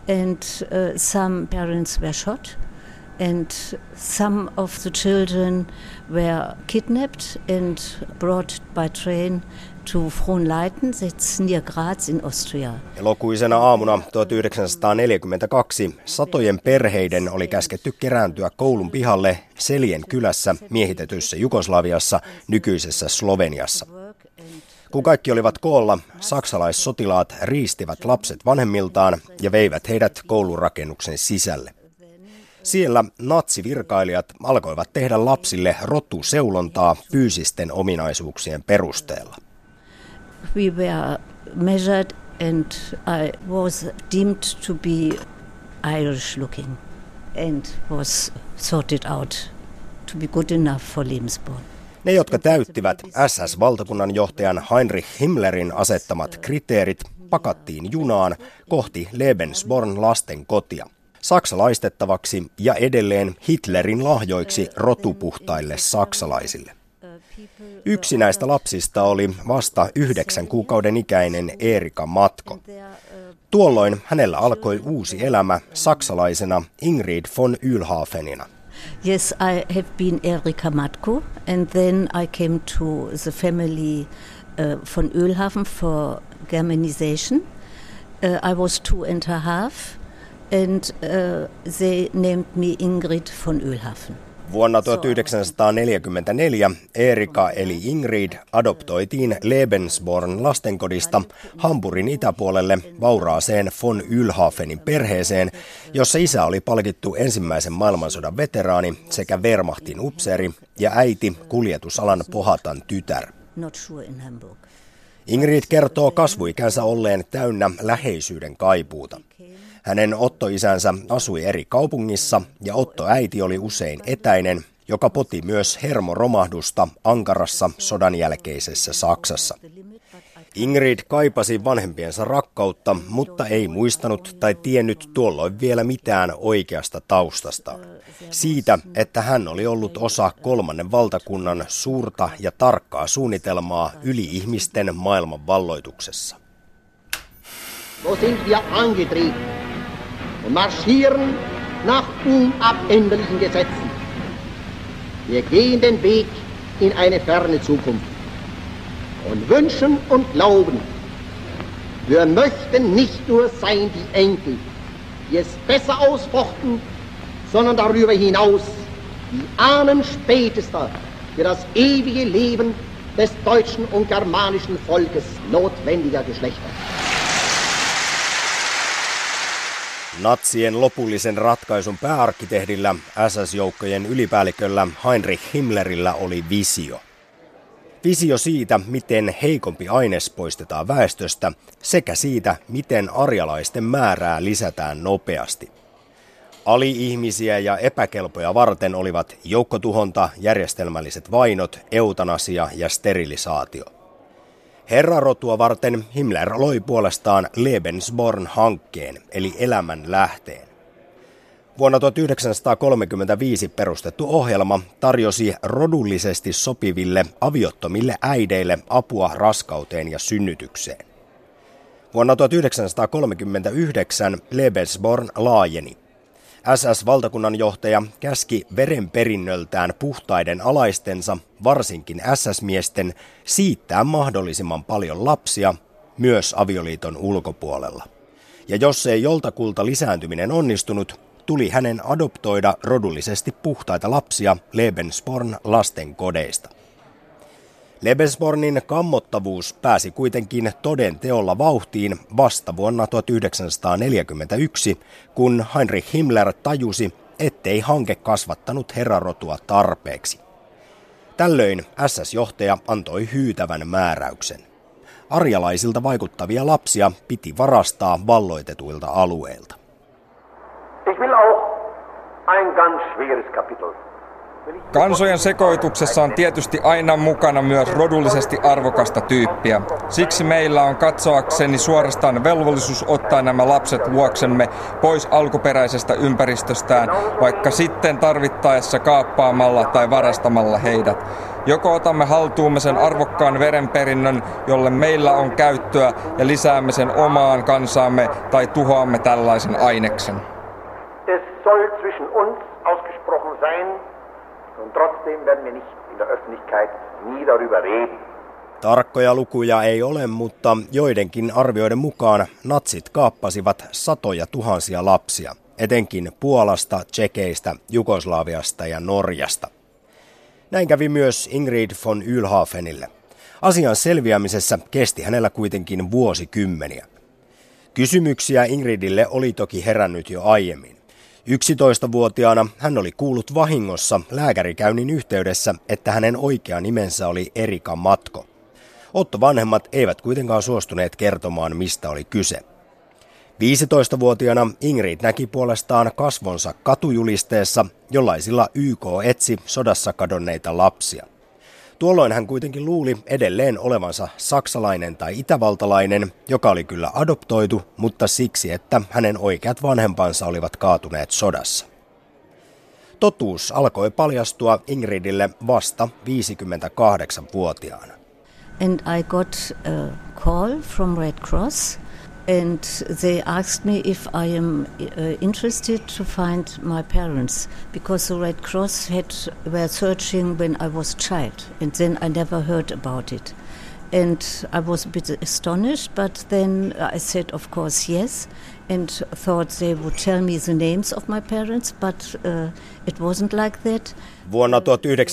and some parents were shot. And some of the children were kidnapped and brought by train to Frohnleiten, that's near Graz in Austria. Elokuisena aamuna 1942 satojen perheiden oli käsketty kerääntyä koulun pihalle Seljen kylässä miehitetyssä Jugoslaviassa, nykyisessä Sloveniassa. Kun kaikki olivat koolla, saksalaissotilaat riistivät lapset vanhemmiltaan ja veivät heidät koulurakennuksen sisälle. Siellä natsivirkailijat alkoivat tehdä lapsille rotuseulontaa fyysisten ominaisuuksien perusteella. We were measured and I was deemed to be Irish looking and was sorted out to be good enough for Lebensborn. Ne, jotka täyttivät SS-valtakunnan johtajan Heinrich Himmlerin asettamat kriteerit, pakattiin junaan kohti Lebensborn lasten kotia. Saksalaistettavaksi ja edelleen Hitlerin lahjoiksi rotupuhtaille saksalaisille. Yksi näistä lapsista oli vasta 9 kuukauden ikäinen Erika Matko. Tuolloin hänellä alkoi uusi elämä saksalaisena Ingrid von Oehlhafenina. Yes, I have been Erika Matko and then I came to the family von Oehlhafen for Germanization. I was 2.5 and they named me Ingrid von Oehlhafen. Vuonna 1944 Erika eli Ingrid adoptoitiin Lebensborn lastenkodista Hamburgin itäpuolelle vauraaseen von Oehlhafenin perheeseen, jossa isä oli palkittu ensimmäisen maailmansodan veteraani sekä Wehrmachtin upseeri ja äiti kuljetusalan pohatan tytär. Ingrid kertoo kasvuikänsä olleen täynnä läheisyyden kaipuuta. Hänen Otto-isänsä asui eri kaupungissa ja Otto-äiti oli usein etäinen, joka poti myös hermoromahdusta ankarassa sodan jälkeisessä Saksassa. Ingrid kaipasi vanhempiensa rakkautta, mutta ei muistanut tai tiennyt tuolloin vielä mitään oikeasta taustasta. Siitä, että hän oli ollut osa kolmannen valtakunnan suurta ja tarkkaa suunnitelmaa yli-ihmisten maailman valloituksessa. So sind wir angetreten und marschieren nach unabänderlichen Gesetzen. Wir gehen den Weg in eine ferne Zukunft und wünschen und glauben, wir möchten nicht nur sein die Enkel, die es besser ausfochten, sondern darüber hinaus die Ahnen spätester für das ewige Leben des deutschen und germanischen Volkes notwendiger Geschlechter. Natsien lopullisen ratkaisun pääarkkitehdillä, SS-joukkojen ylipäälliköllä Heinrich Himmlerillä oli visio. Visio siitä, miten heikompi aines poistetaan väestöstä, sekä siitä, miten arjalaisten määrää lisätään nopeasti. Ali-ihmisiä ja epäkelpoja varten olivat joukkotuhonta, järjestelmälliset vainot, eutanasia ja sterilisaatio. Herrarotua varten Himmler loi puolestaan Lebensborn-hankkeen, eli elämän lähteen. Vuonna 1935 perustettu ohjelma tarjosi rodullisesti sopiville aviottomille äideille apua raskauteen ja synnytykseen. Vuonna 1939 Lebensborn laajeni. SS-valtakunnanjohtaja käski verenperinnöltään puhtaiden alaistensa, varsinkin SS-miesten, siittää mahdollisimman paljon lapsia, myös avioliiton ulkopuolella. Ja jos ei joltakulta lisääntyminen onnistunut, tuli hänen adoptoida rodullisesti puhtaita lapsia Lebensborn lastenkodeista. Lebensbornin kammottavuus pääsi kuitenkin toden teolla vauhtiin vasta vuonna 1941, kun Heinrich Himmler tajusi, ettei hanke kasvattanut herrarotua tarpeeksi. Tällöin SS-johtaja antoi hyytävän määräyksen. Arjalaisilta vaikuttavia lapsia piti varastaa valloitetuilta alueilta. Ich will auch ein ganz schweres Kapitel Kansojen sekoituksessa on tietysti aina mukana myös rodullisesti arvokasta tyyppiä. Siksi meillä on katsoakseni suorastaan velvollisuus ottaa nämä lapset luoksemme pois alkuperäisestä ympäristöstään, vaikka sitten tarvittaessa kaappaamalla tai varastamalla heidät. Joko otamme haltuumme sen arvokkaan verenperinnön, jolle meillä on käyttöä, ja lisäämme sen omaan kansaamme, tai tuhoamme tällaisen aineksen. Es soll zwischen uns ausgesprochen sein. Und trotzdem werden wir nicht in der Öffentlichkeit nie darüber reden. Tarkkoja lukuja ei ole, mutta joidenkin arvioiden mukaan natsit kaappasivat satoja tuhansia lapsia, etenkin Puolasta, Tšekeistä, Jugoslaviasta ja Norjasta. Näin kävi myös Ingrid von Oelhafenille. Asian selviämisessä kesti hänellä kuitenkin vuosikymmeniä. Kysymyksiä Ingridille oli toki herännyt jo aiemmin. 11-vuotiaana hän oli kuullut vahingossa lääkärikäynnin yhteydessä, että hänen oikea nimensä oli Erika Matko. Otto vanhemmat eivät kuitenkaan suostuneet kertomaan, mistä oli kyse. 15-vuotiaana Ingrid näki puolestaan kasvonsa katujulisteessa, jollaisilla YK etsi sodassa kadonneita lapsia. Tuolloin hän kuitenkin luuli edelleen olevansa saksalainen tai itävaltalainen, joka oli kyllä adoptoitu, mutta siksi, että hänen oikeat vanhempansa olivat kaatuneet sodassa. Totuus alkoi paljastua Ingridille vasta 58-vuotiaana. And I got a call from Red Cross. And they asked me if I am interested to find my parents, because the Red Cross were searching when I was a child, and then I never heard about it. And I was a bit astonished, but then I said, of course, yes, and thought they would tell me the names of my parents, but it wasn't like that. Vuonna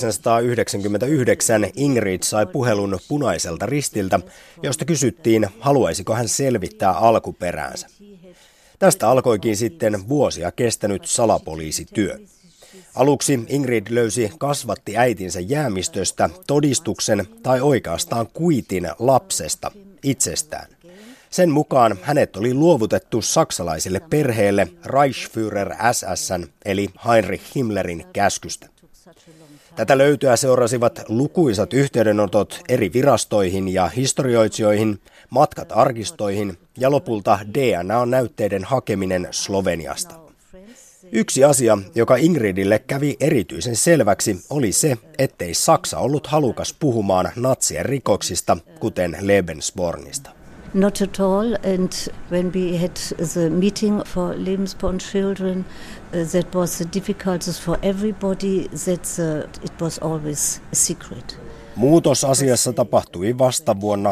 1999 Ingrid sai puhelun Punaiselta Ristiltä, josta kysyttiin, haluaisiko hän selvittää alkuperäänsä. Tästä alkoikin sitten vuosia kestänyt salapoliisityö. Aluksi Ingrid kasvatti äitinsä jäämistöstä todistuksen tai oikeastaan kuitin lapsesta itsestään. Sen mukaan hänet oli luovutettu saksalaiselle perheelle Reichsführer SS:n eli Heinrich Himmlerin käskystä. Tätä löytöä seurasivat lukuisat yhteydenotot eri virastoihin ja historioitsijoihin, matkat arkistoihin ja lopulta DNA-näytteiden hakeminen Sloveniasta. Yksi asia, joka Ingridille kävi erityisen selväksi, oli se, ettei Saksa ollut halukas puhumaan natsien rikoksista, kuten Lebensbornista. Not at all, and when we had the meeting for Lebensborn children, that was the difficulties for everybody, it was always a secret. Muutos asiassa tapahtui vasta vuonna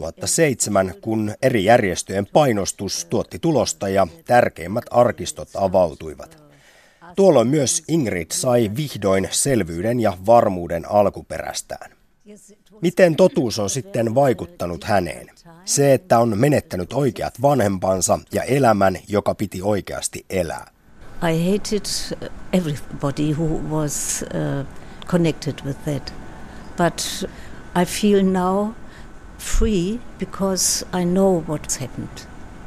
2007, kun eri järjestöjen painostus tuotti tulosta ja tärkeimmät arkistot avautuivat. Tuolloin myös Ingrid sai vihdoin selvyyden ja varmuuden alkuperästään. Miten totuus on sitten vaikuttanut häneen? Se, että on menettänyt oikeat vanhempansa ja elämän, joka piti oikeasti elää. I hated everybody who was connected with that. But I feel now free because I know what's happened.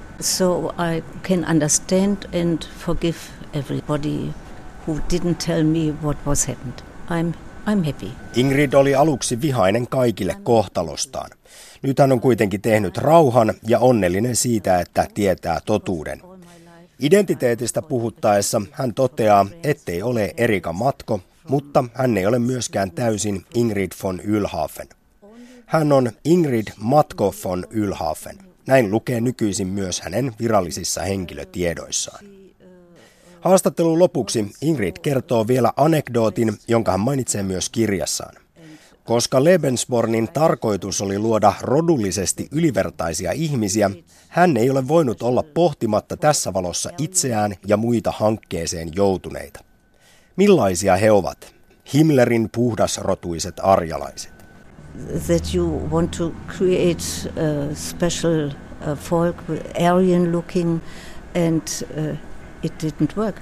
So I can understand and forgive everybody who didn't tell me what was happened. I'm happy. Ingrid oli aluksi vihainen kaikille kohtalostaan. Nyt hän on kuitenkin tehnyt rauhan ja onnellinen siitä, että tietää totuuden. Identiteetistä puhuttaessa hän toteaa, ettei ole Erika Matko, mutta hän ei ole myöskään täysin Ingrid von Oelhafen. Hän on Ingrid Matko von Oelhafen. Näin lukee nykyisin myös hänen virallisissa henkilötiedoissaan. Haastattelun lopuksi Ingrid kertoo vielä anekdootin, jonka hän mainitsee myös kirjassaan. Koska Lebensbornin tarkoitus oli luoda rodullisesti ylivertaisia ihmisiä, hän ei ole voinut olla pohtimatta tässä valossa itseään ja muita hankkeeseen joutuneita. Millaisia he ovat, Himmlerin puhdasrotuiset arjalaiset? That you want to create a special folk, Aryan looking, and it didn't work.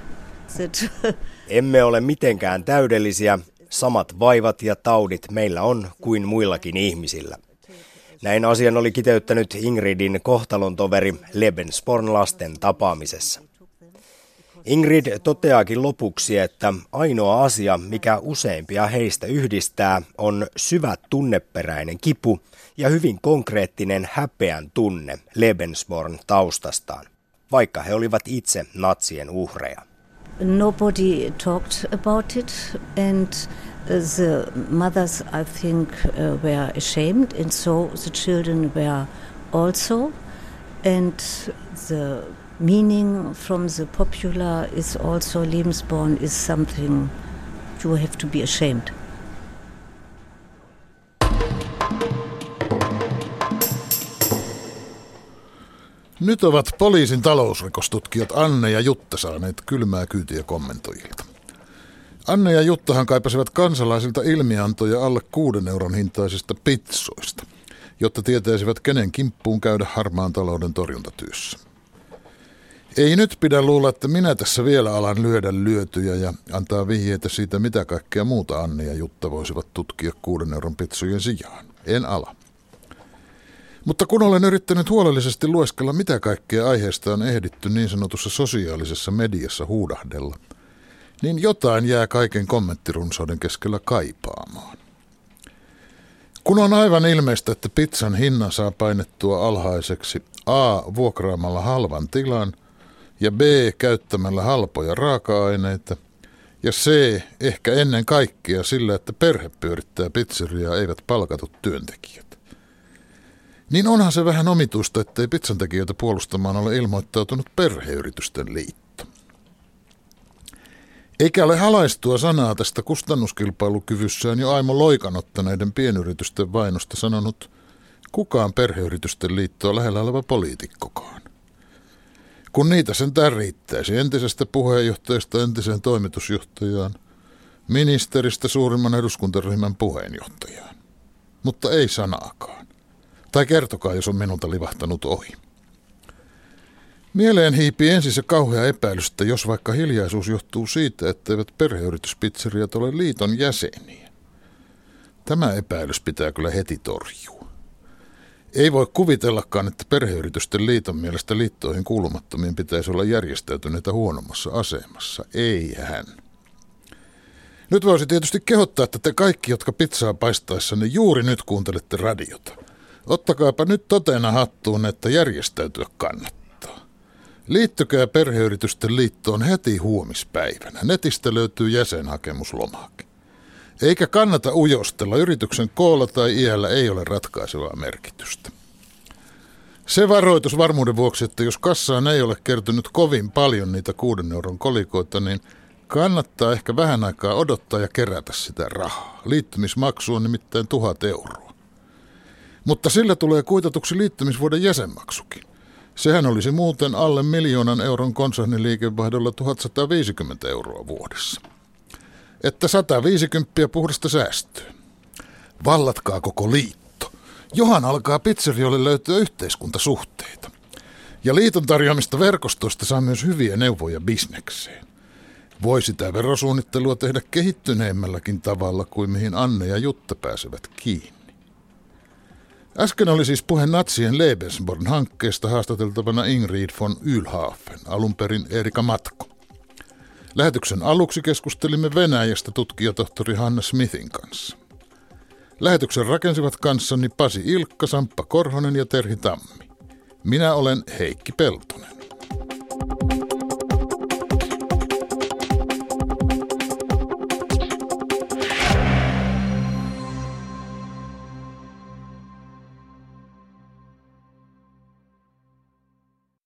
Emme ole mitenkään täydellisiä. Samat vaivat ja taudit meillä on kuin muillakin ihmisillä. Näin asian oli kiteyttänyt Ingridin kohtalon toveri Lebensborn lasten tapaamisessa. Ingrid toteaakin lopuksi, että ainoa asia, mikä useimpia heistä yhdistää, on syvä tunneperäinen kipu ja hyvin konkreettinen häpeän tunne Lebensborn taustastaan, vaikka he olivat itse natsien uhreja. Nobody talked about it, and the mothers, I think, were ashamed, and so the children were also. And the meaning from the popular is also Lebensborn is something you have to be ashamed. Nyt ovat poliisin talousrikostutkijat Anne ja Jutta saaneet kylmää kyytiä kommentoijilta. Anne ja Juttahan kaipasivat kansalaisilta ilmiantoja alle 6 euron hintaisista pitsoista, jotta tietäisivät, kenen kimppuun käydä harmaan talouden torjuntatyössä. Ei nyt pidä luulla, että minä tässä vielä alan lyödä lyötyjä ja antaa vihjeitä siitä, mitä kaikkea muuta Anne ja Jutta voisivat tutkia 6 euron pitsojen sijaan. En ala. Mutta kun olen yrittänyt huolellisesti lueskella, mitä kaikkea aiheesta on ehditty niin sanotussa sosiaalisessa mediassa huudahdella, niin jotain jää kaiken kommenttirunsauden keskellä kaipaamaan. Kun on aivan ilmeistä, että pizzan hinnan saa painettua alhaiseksi A. vuokraamalla halvan tilan ja B. käyttämällä halpoja raaka-aineita ja C. ehkä ennen kaikkea sillä, että perhe pyörittää pizzeriaa eivät palkatut työntekijät, niin onhan se vähän omituista, ettei pizzantekijöitä puolustamaan ole ilmoittautunut Perheyritysten liitto. Eikä ole halaistua sanaa tästä kustannuskilpailukyvyssään jo aimo loikan ottaneiden pienyritysten vainosta sanonut kukaan Perheyritysten liittoa lähellä oleva poliitikkokaan. Kun niitä sentään riittäisi entisestä puheenjohtajasta entiseen toimitusjohtajaan, ministeristä suurimman eduskuntaryhmän puheenjohtajaan. Mutta ei sanaakaan. Tai kertokaa, jos on minulta livahtanut ohi. Mieleen hiipii ensin se kauhea epäilys, että jos vaikka hiljaisuus johtuu siitä, etteivät perheyrityspizzeriat ole liiton jäseniä. Tämä epäilys pitää kyllä heti torjua. Ei voi kuvitellakaan, että Perheyritysten liiton mielestä liittoihin kuulumattomien pitäisi olla järjestäytyneitä huonommassa asemassa. Eihän. Nyt voisi tietysti kehottaa, että te kaikki, jotka pizzaa paistaessanne juuri nyt kuuntelette radiota. Ottakaapa nyt totena hattuun, että järjestäytyä kannattaa. Liittykää Perheyritysten liittoon heti huomispäivänä. Netistä löytyy jäsenhakemuslomake. Eikä kannata ujostella, yrityksen koolla tai iällä ei ole ratkaisevaa merkitystä. Se varoitus varmuuden vuoksi, että jos kassaan ei ole kertynyt kovin paljon niitä 6 euron kolikoita, niin kannattaa ehkä vähän aikaa odottaa ja kerätä sitä rahaa. Liittymismaksu on nimittäin 1 000 euroa. Mutta sillä tulee kuitatuksi liittymisvuoden jäsenmaksukin. Sehän olisi muuten alle 1 000 000 euron konserniliikevaihdolla 1 150 euroa vuodessa. Että 150 puhdasta säästöä. Vallatkaa koko liitto. Johan alkaa pizzerioille löytyä yhteiskuntasuhteita. Ja liiton tarjoamista verkostoista saa myös hyviä neuvoja bisnekseen. Voi sitä verosuunnittelua tehdä kehittyneemmälläkin tavalla kuin mihin Anne ja Jutta pääsevät kiinni. Äsken oli siis puhe natsien Lebensborn-hankkeesta haastateltavana Ingrid von Oelhafen, alun perin Erika Matko. Lähetyksen aluksi keskustelimme Venäjästä tutkijatohtori Hanna Smithin kanssa. Lähetyksen rakensivat kanssani Pasi Ilkka, Samppa Korhonen ja Terhi Tammi. Minä olen Heikki Peltonen.